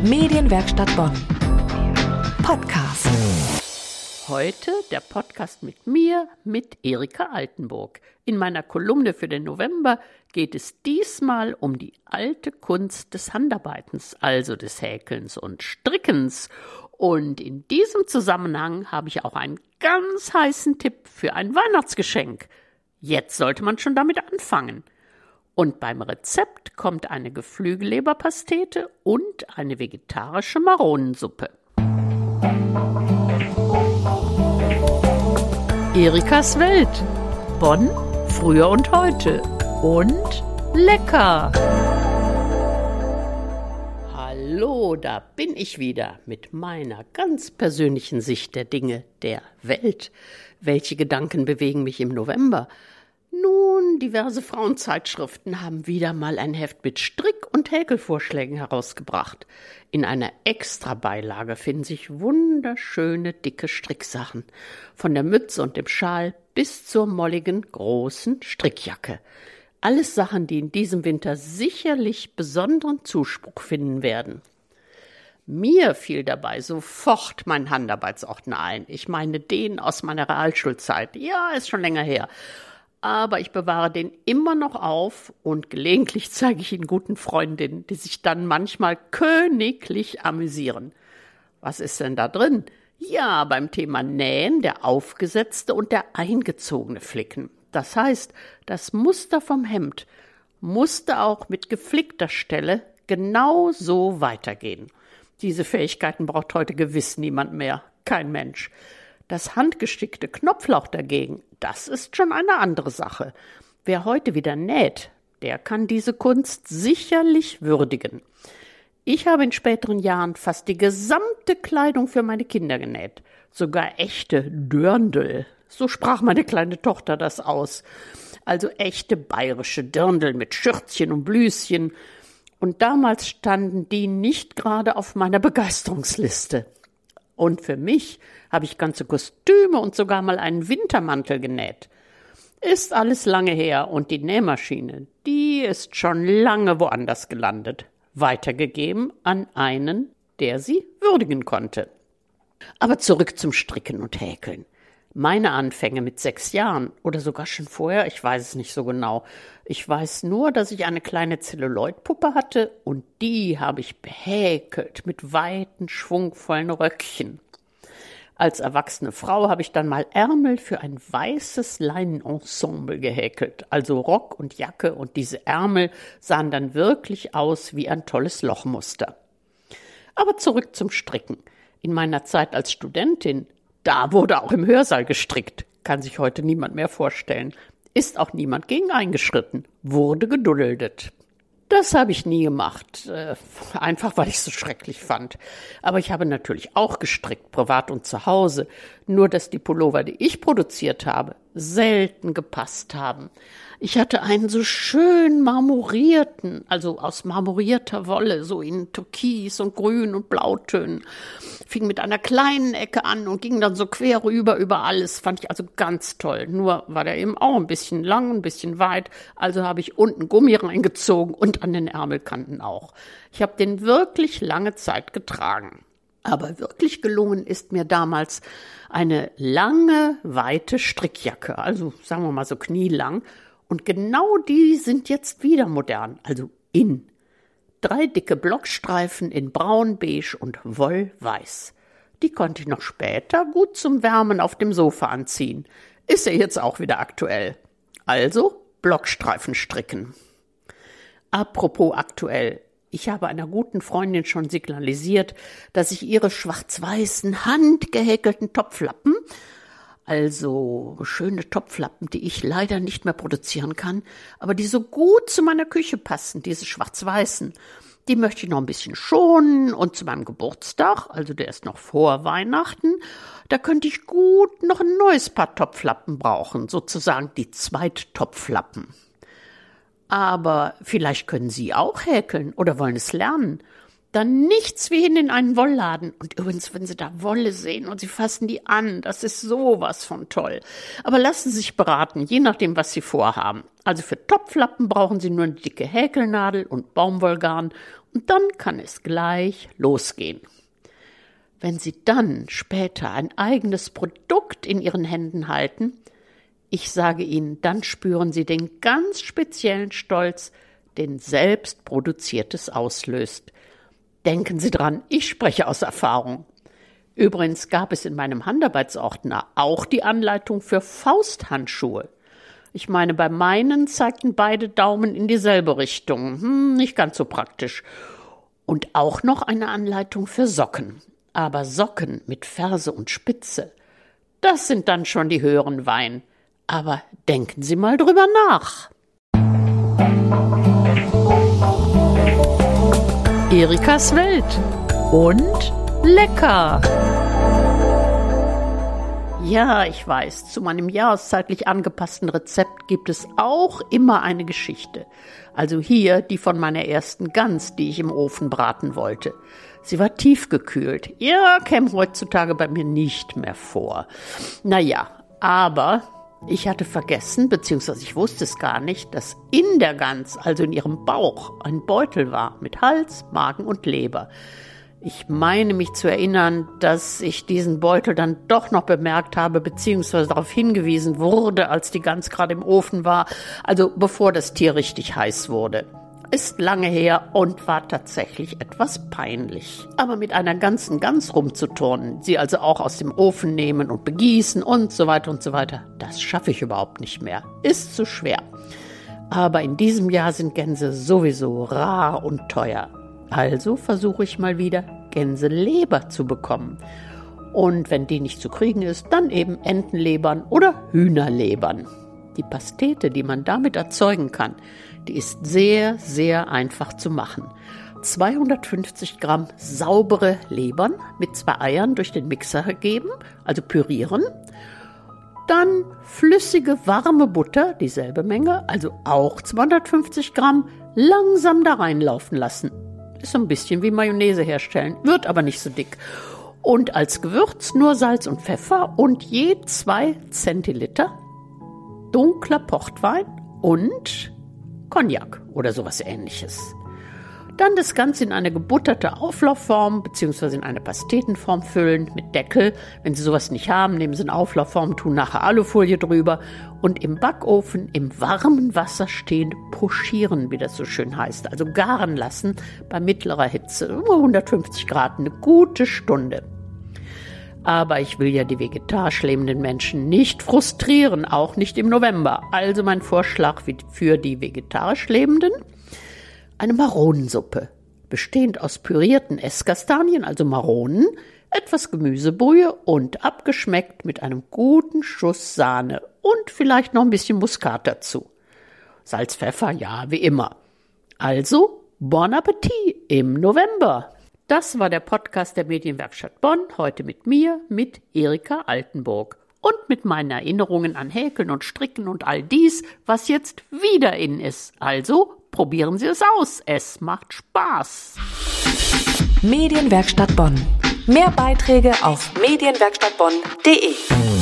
Medienwerkstatt Bonn. Podcast. Heute der Podcast mit mir, mit Erika Altenburg. In meiner Kolumne für den November geht es diesmal um die alte Kunst des Handarbeitens, also des Häkelns und Strickens. Und in diesem Zusammenhang habe ich auch einen ganz heißen Tipp für ein Weihnachtsgeschenk. Jetzt sollte man schon damit anfangen. Und beim Rezept kommt eine Geflügelleberpastete und eine vegetarische Maronensuppe. Erikas Welt. Bonn, früher und heute. Und lecker. Hallo, da bin ich wieder mit meiner ganz persönlichen Sicht der Dinge der Welt. Welche Gedanken bewegen mich im November? Nun, diverse Frauenzeitschriften haben wieder mal ein Heft mit Strick- und Häkelvorschlägen herausgebracht. In einer Extrabeilage finden sich wunderschöne, dicke Stricksachen. Von der Mütze und dem Schal bis zur molligen, großen Strickjacke. Alles Sachen, die in diesem Winter sicherlich besonderen Zuspruch finden werden. Mir fiel dabei sofort mein Handarbeitsordner ein. Ich meine den aus meiner Realschulzeit. Ja, ist schon länger her. Aber ich bewahre den immer noch auf und gelegentlich zeige ich ihn guten Freundinnen, die sich dann manchmal königlich amüsieren. Was ist denn da drin? Ja, beim Thema Nähen der aufgesetzte und der eingezogene Flicken. Das heißt, das Muster vom Hemd musste auch mit geflickter Stelle genau so weitergehen. Diese Fähigkeiten braucht heute gewiss niemand mehr, kein Mensch. Das handgestickte Knopfloch dagegen, das ist schon eine andere Sache. Wer heute wieder näht, der kann diese Kunst sicherlich würdigen. Ich habe in späteren Jahren fast die gesamte Kleidung für meine Kinder genäht. Sogar echte Dirndl. So sprach meine kleine Tochter das aus. Also echte bayerische Dirndl mit Schürzchen und Blüschen. Und damals standen die nicht gerade auf meiner Begeisterungsliste. Und für mich habe ich ganze Kostüme und sogar mal einen Wintermantel genäht. Ist alles lange her und die Nähmaschine, die ist schon lange woanders gelandet. Weitergegeben an einen, der sie würdigen konnte. Aber zurück zum Stricken und Häkeln. Meine Anfänge mit 6 Jahren oder sogar schon vorher, ich weiß es nicht so genau. Ich weiß nur, dass ich eine kleine Zelluloidpuppe hatte und die habe ich behäkelt mit weiten, schwungvollen Röckchen. Als erwachsene Frau habe ich dann mal Ärmel für ein weißes Leinenensemble gehäkelt, also Rock und Jacke, und diese Ärmel sahen dann wirklich aus wie ein tolles Lochmuster. Aber zurück zum Stricken. In meiner Zeit als Studentin, da wurde auch im Hörsaal gestrickt. Kann sich heute niemand mehr vorstellen. Ist auch niemand gegen eingeschritten. Wurde geduldet. Das habe ich nie gemacht. Einfach, weil ich es so schrecklich fand. Aber ich habe natürlich auch gestrickt, privat und zu Hause. Nur, dass die Pullover, die ich produziert habe, selten gepasst haben. Ich hatte einen so schön marmorierten, also aus marmorierter Wolle, so in Türkis und Grün und Blautönen. Fing mit einer kleinen Ecke an und ging dann so quer rüber über alles. Fand ich also ganz toll. Nur war der eben auch ein bisschen lang, ein bisschen weit. Also habe ich unten Gummi reingezogen und an den Ärmelkanten auch. Ich habe den wirklich lange Zeit getragen. Aber wirklich gelungen ist mir damals eine lange, weite Strickjacke. Also sagen wir mal so knielang. Und genau die sind jetzt wieder modern, also in. 3 dicke Blockstreifen in braun, beige und wollweiß. Die konnte ich noch später gut zum Wärmen auf dem Sofa anziehen. Ist ja jetzt auch wieder aktuell. Also Blockstreifen stricken. Apropos aktuell. Ich habe einer guten Freundin schon signalisiert, dass ich ihre schwarz-weißen, handgehäkelten Topflappen, also schöne Topflappen, die ich leider nicht mehr produzieren kann, aber die so gut zu meiner Küche passen, diese schwarz-weißen, die möchte ich noch ein bisschen schonen und zu meinem Geburtstag, also der ist noch vor Weihnachten, da könnte ich gut noch ein neues Paar Topflappen brauchen, sozusagen die Zweittopflappen. Aber vielleicht können Sie auch häkeln oder wollen es lernen. Dann nichts wie hin in einen Wollladen. Und übrigens, wenn Sie da Wolle sehen und Sie fassen die an, das ist sowas von toll. Aber lassen Sie sich beraten, je nachdem, was Sie vorhaben. Also für Topflappen brauchen Sie nur eine dicke Häkelnadel und Baumwollgarn Und dann kann es gleich losgehen. Wenn Sie dann später ein eigenes Produkt in Ihren Händen halten, ich sage Ihnen, dann spüren Sie den ganz speziellen Stolz, den selbst Produziertes auslöst. Denken Sie dran, ich spreche aus Erfahrung. Übrigens gab es in meinem Handarbeitsordner auch die Anleitung für Fausthandschuhe. Ich meine, bei meinen zeigten beide Daumen in dieselbe Richtung. Nicht ganz so praktisch. Und auch noch eine Anleitung für Socken. Aber Socken mit Ferse und Spitze, das sind dann schon die höheren Wein. Aber denken Sie mal drüber nach. Erikas Welt. Und lecker. Ja, ich weiß, zu meinem jahreszeitlich angepassten Rezept gibt es auch immer eine Geschichte. Also hier die von meiner ersten Gans, die ich im Ofen braten wollte. Sie war tiefgekühlt. Ja, käme heutzutage bei mir nicht mehr vor. Naja, aber ich hatte vergessen, beziehungsweise ich wusste es gar nicht, dass in der Gans, also in ihrem Bauch, ein Beutel war mit Hals, Magen und Leber. Ich meine mich zu erinnern, dass ich diesen Beutel dann doch noch bemerkt habe, beziehungsweise darauf hingewiesen wurde, als die Gans gerade im Ofen war, also bevor das Tier richtig heiß wurde. Ist lange her und war tatsächlich etwas peinlich. Aber mit einer ganzen Gans rumzuturnen, sie also auch aus dem Ofen nehmen und begießen und so weiter, das schaffe ich überhaupt nicht mehr. Ist zu schwer. Aber in diesem Jahr sind Gänse sowieso rar und teuer. Also versuche ich mal wieder, Gänseleber zu bekommen. Und wenn die nicht zu kriegen ist, dann eben Entenlebern oder Hühnerlebern. Die Pastete, die man damit erzeugen kann, die ist sehr, sehr einfach zu machen. 250 Gramm saubere Lebern mit 2 Eiern durch den Mixer geben, also pürieren. Dann flüssige, warme Butter, dieselbe Menge, also auch 250 Gramm, langsam da reinlaufen lassen. Ist so ein bisschen wie Mayonnaise herstellen, wird aber nicht so dick. Und als Gewürz nur Salz und Pfeffer und je 2 Zentiliter dunkler Portwein und Cognac oder sowas Ähnliches. Dann das Ganze in eine gebutterte Auflaufform bzw. in eine Pastetenform füllen mit Deckel. Wenn Sie sowas nicht haben, nehmen Sie eine Auflaufform, tun nachher Alufolie drüber und im Backofen im warmen Wasser stehend pochieren, wie das so schön heißt. Also garen lassen bei mittlerer Hitze, 150 Grad, eine gute Stunde. Aber ich will ja die vegetarisch lebenden Menschen nicht frustrieren, auch nicht im November. Also mein Vorschlag für die vegetarisch Lebenden: eine Maronensuppe, bestehend aus pürierten Esskastanien, also Maronen, etwas Gemüsebrühe und abgeschmeckt mit einem guten Schuss Sahne und vielleicht noch ein bisschen Muskat dazu. Salz, Pfeffer, ja, wie immer. Also, bon Appetit im November. Das war der Podcast der Medienwerkstatt Bonn, heute mit mir, mit Erika Altenburg. Und mit meinen Erinnerungen an Häkeln und Stricken und all dies, was jetzt wieder in ist. Also, probieren Sie es aus. Es macht Spaß. Medienwerkstatt Bonn. Mehr Beiträge auf medienwerkstattbonn.de.